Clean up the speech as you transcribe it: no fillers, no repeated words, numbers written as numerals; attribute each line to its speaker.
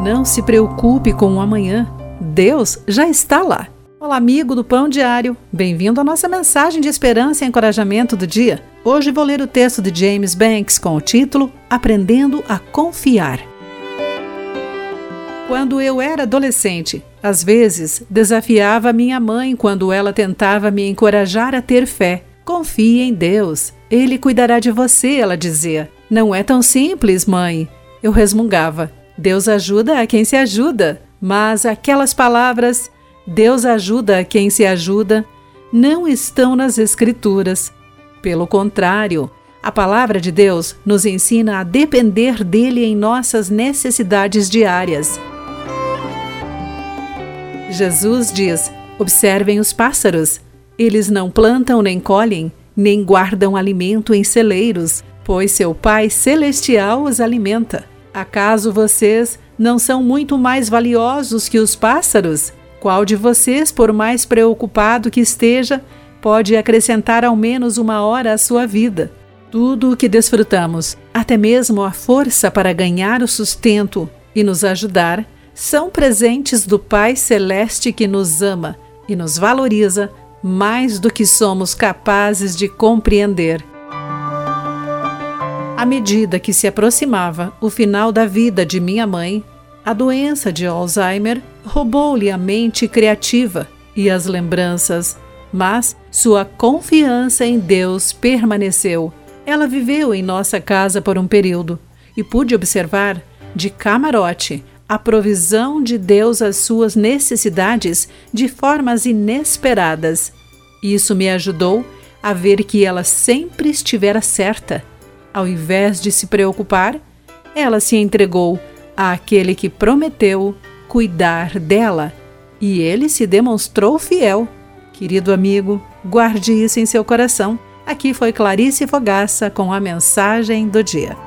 Speaker 1: Não se preocupe com o amanhã. Deus já está lá. Olá, amigo do Pão Diário. Bem-vindo à nossa mensagem de esperança e encorajamento do dia. Hoje vou ler o texto de James Banks com o título Aprendendo a Confiar. Quando eu era adolescente, às vezes desafiava minha mãe quando ela tentava me encorajar a ter fé. Confie em Deus, Ele cuidará de você, ela dizia. Não é tão simples, mãe. Eu resmungava. Deus ajuda a quem se ajuda. Mas aquelas palavras, Deus ajuda a quem se ajuda, não estão nas Escrituras. Pelo contrário, a palavra de Deus nos ensina a depender dele em nossas necessidades diárias. Jesus diz: observem os pássaros. Eles não plantam nem colhem, nem guardam alimento em celeiros, pois seu Pai Celestial os alimenta. Acaso vocês não são muito mais valiosos que os pássaros? Qual de vocês, por mais preocupado que esteja, pode acrescentar ao menos 1 hora à sua vida? Tudo o que desfrutamos, até mesmo a força para ganhar o sustento e nos ajudar, são presentes do Pai Celeste que nos ama e nos valoriza mais do que somos capazes de compreender. À medida que se aproximava o final da vida de minha mãe, a doença de Alzheimer roubou-lhe a mente criativa e as lembranças, mas sua confiança em Deus permaneceu. Ela viveu em nossa casa por um período e pude observar, de camarote, a provisão de Deus às suas necessidades de formas inesperadas. Isso me ajudou a ver que ela sempre estivera certa. Ao invés de se preocupar, ela se entregou àquele que prometeu cuidar dela, e ele se demonstrou fiel. Querido amigo, guarde isso em seu coração. Aqui foi Clarice Fogaça com a mensagem do dia.